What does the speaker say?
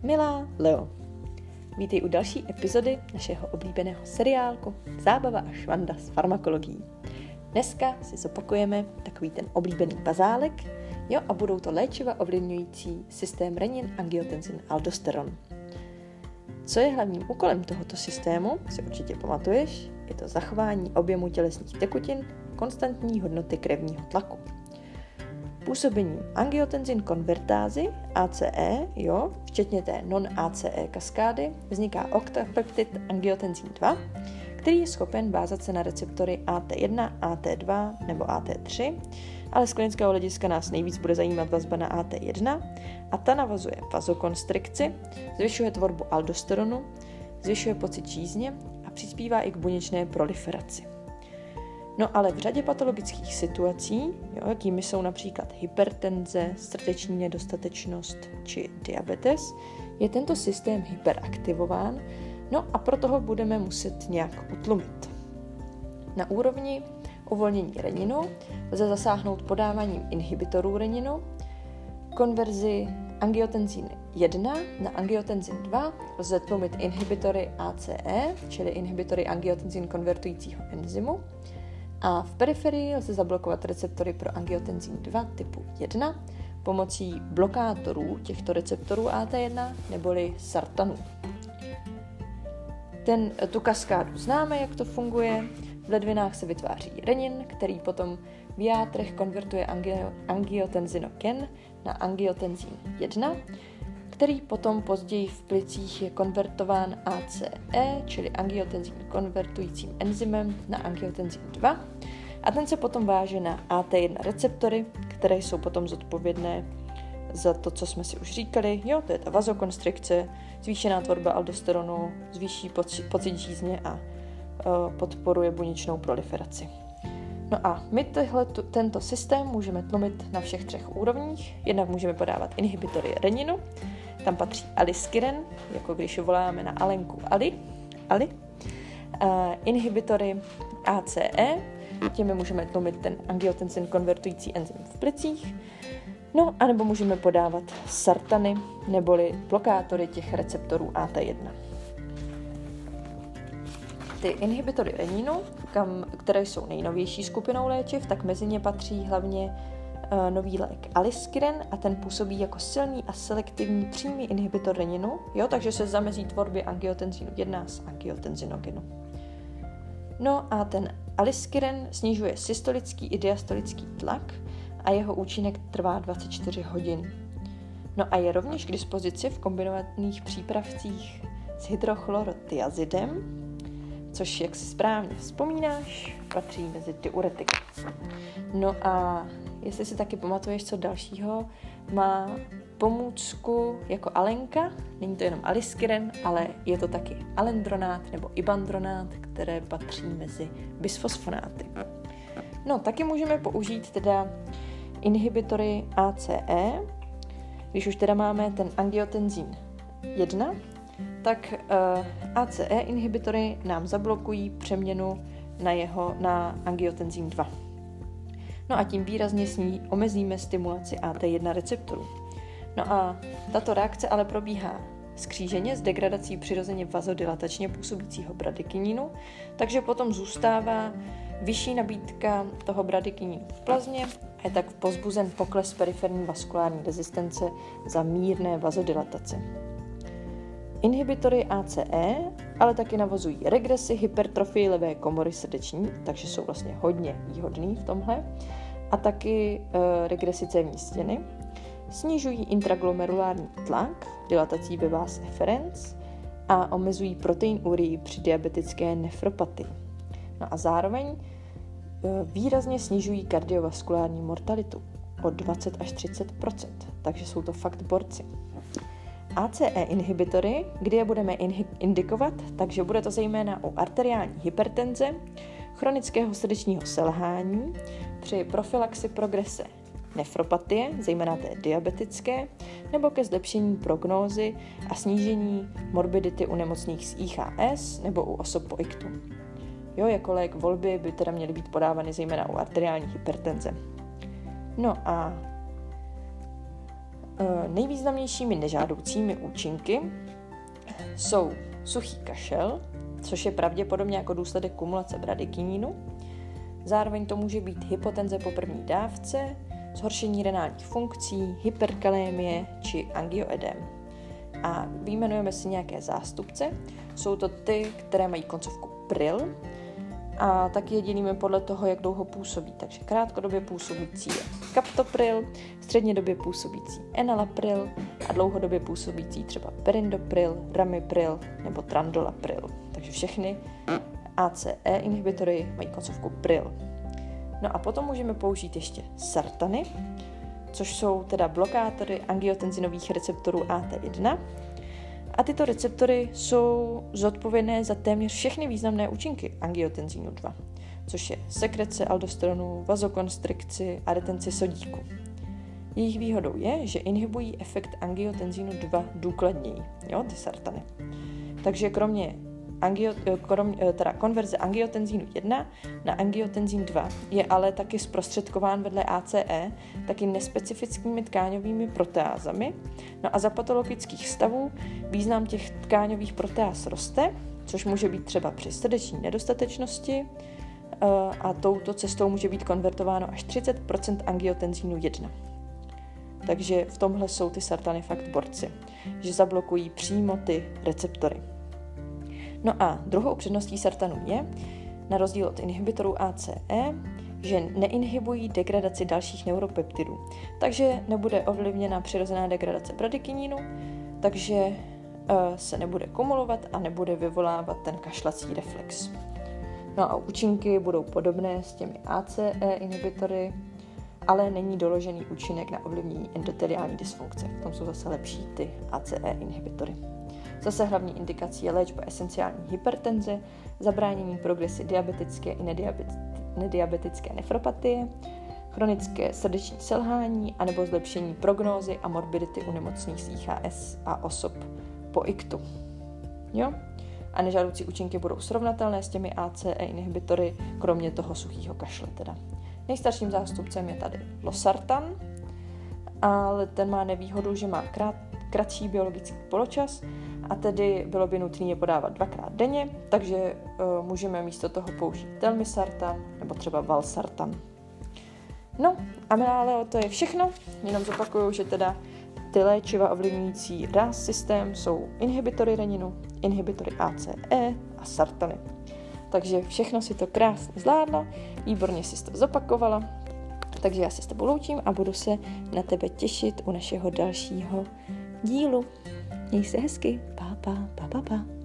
Milá Leo, vítej u další epizody našeho oblíbeného seriálku Zábava a švanda s farmakologií. Dneska si zopakujeme takový ten oblíbený bazálek, a budou to léčiva ovlivňující systém renin, angiotensin, aldosteron. Co je hlavním úkolem tohoto systému, si určitě pamatuješ, je to zachování objemu tělesných tekutin, konstantní hodnoty krevního tlaku. Působením angiotensin konvertázy, ACE, včetně té non-ACE kaskády, vzniká oktapeptid angiotensin 2, který je schopen vázat se na receptory AT1, AT2 nebo AT3, ale z klinického hlediska nás nejvíc bude zajímat vazba na AT1 a ta navazuje vazokonstrikci, zvyšuje tvorbu aldosteronu, zvyšuje pocit žízně a přispívá i k buněčné proliferaci. No ale v řadě patologických situací, jakými jsou například hypertenze, srdeční nedostatečnost či diabetes, je tento systém hyperaktivován, a proto ho budeme muset nějak utlumit. Na úrovni uvolnění reninu lze zasáhnout podáváním inhibitorů reninu, konverzi angiotensin 1 na angiotensin 2 lze tlumit inhibitory ACE, čili inhibitory angiotensin konvertujícího enzymu, a v periferii lze zablokovat receptory pro angiotensin 2 typu 1 pomocí blokátorů těchto receptorů AT1 neboli sartanů. Tu kaskádu známe, jak to funguje. V ledvinách se vytváří renin, který potom v játrech konvertuje angiotenzinogen na angiotensin 1, který potom později v plicích je konvertován ACE, čili angiotenzin konvertujícím enzymem na angiotensin 2, a ten se potom váže na AT1 receptory, které jsou potom zodpovědné za to, co jsme si už říkali. To je ta vazokonstrikce, zvýšená tvorba aldosteronu, zvýší pocit žízně a podporuje buněčnou proliferaci. A my tento systém můžeme tlumit na všech 3 úrovních. Jednak můžeme podávat inhibitory reninu, tam patří aliskiren, jako když voláme na Alenku Ali. Inhibitory ACE, těmi můžeme tlumit ten angiotensin konvertující enzym v plicích. Anebo můžeme podávat sartany, neboli blokátory těch receptorů AT1. Ty inhibitory reninu, které jsou nejnovější skupinou léčiv, tak mezi ně patří hlavně nový lék aliskiren a ten působí jako silný a selektivní přímý inhibitor reninu, takže se zamezí tvorbě angiotenzinu 1 z angiotenzinogenu. A ten aliskiren snižuje systolický i diastolický tlak a jeho účinek trvá 24 hodin. A je rovněž k dispozici v kombinovaných přípravcích s hydrochlorotiazidem, což, jak si správně vzpomínáš, patří mezi diuretiky. A jestli si taky pamatuješ, co dalšího má pomůcku jako Alenka, není to jenom aliskiren, ale je to taky alendronát nebo ibandronát, které patří mezi bisfosfonáty. Taky můžeme použít teda inhibitory ACE, když už teda máme ten angiotensin 1, tak ACE inhibitory nám zablokují přeměnu na angiotensin 2. A tím výrazně omezíme stimulaci AT1 receptorů. A tato reakce ale probíhá skříženě s degradací přirozeně vazodilatačně působícího bradykininu, takže potom zůstává vyšší nabídka toho bradykininu v plazmě a je tak pozbuzen pokles periferní vaskulární rezistence za mírné vazodilatace. Inhibitory ACE ale taky navozují regresi hypertrofii levé komory srdeční, takže jsou vlastně hodně výhodný v tomhle, a taky regresi cévní stěny, snižují intraglomerulární tlak dilatací ve vas efferens a omezují proteinurii při diabetické nefropatii. A zároveň výrazně snižují kardiovaskulární mortalitu o 20 až 30%, takže jsou to fakt borci. ACE inhibitory, kdy je budeme indikovat, takže bude to zejména u arteriální hypertenze, chronického srdečního selhání, při profilaxi progrese nefropatie, zejména té diabetické, nebo ke zlepšení prognózy a snížení morbidity u nemocných s IHS nebo u osob po iktu. Jako lék volby by teda měly být podávány zejména u arteriální hypertenze. A Nejvýznamnějšími nežádoucími účinky jsou suchý kašel, což je pravděpodobně jako důsledek kumulace bradykininu. Zároveň to může být hypotenze po první dávce, zhoršení renálních funkcí, hyperkalémie či angioedém. A vyjmenujeme si nějaké zástupce. Jsou to ty, které mají koncovku pril a taky je dělíme podle toho, jak dlouho působí. Takže krátkodobě působící je kaptopril, střednědobě působící enalapril a dlouhodobě působící třeba perindopril, ramipril nebo trandolapril. Takže všechny ACE inhibitory mají koncovku pril. No a potom můžeme použít ještě sartany, což jsou teda blokátory angiotenzinových receptorů AT1. A tyto receptory jsou zodpovědné za téměř všechny významné účinky angiotenzínu 2, což je sekrece aldosteronu, vazokonstrikci a retenci sodíku. Jejich výhodou je, že inhibují efekt angiotenzínu 2 důkladněji, ty sartany. Takže kromě konverze angiotenzínu 1 na angiotenzín 2 je ale taky zprostředkován vedle ACE taky nespecifickými tkáňovými proteázami. No a za patologických stavů význam těch tkáňových proteáz roste, což může být třeba při srdeční nedostatečnosti a touto cestou může být konvertováno až 30% angiotenzínu 1. Takže v tomhle jsou ty sartany fakt borci, že zablokují přímo ty receptory. No a druhou předností sartanů je, na rozdíl od inhibitorů ACE, že neinhibují degradaci dalších neuropeptidů. Takže nebude ovlivněna přirozená degradace bradykininu, takže se nebude kumulovat a nebude vyvolávat ten kašlací reflex. No a účinky budou podobné s těmi ACE inhibitory, ale není doložený účinek na ovlivnění endoteliální dysfunkce. V tom jsou zase lepší ty ACE inhibitory. Zase hlavní indikací je léčba esenciální hypertenze, zabránění progresi diabetické i nediabetické nefropatie, chronické srdeční selhání anebo zlepšení prognózy a morbidity u nemocných s IHS a osob po ICTu. A nežádoucí účinky budou srovnatelné s těmi ACE inhibitory, kromě toho suchého kašle teda. Nejstarším zástupcem je tady losartan, ale ten má nevýhodu, že má kratší biologický poločas a tedy bylo by nutné je podávat 2krát denně, takže můžeme místo toho použít telmisartan nebo třeba valsartan. No a milé, to je všechno, jenom zopakuju, že teda ty léčiva ovlivňující RAS systém jsou inhibitory reninu, inhibitory ACE a sartany. Takže všechno si to krásně zvládla, výborně si to zopakovala, takže já se s tebou loučím a budu se na tebe těšit u našeho dalšího dílu. Měj se hezky, pa.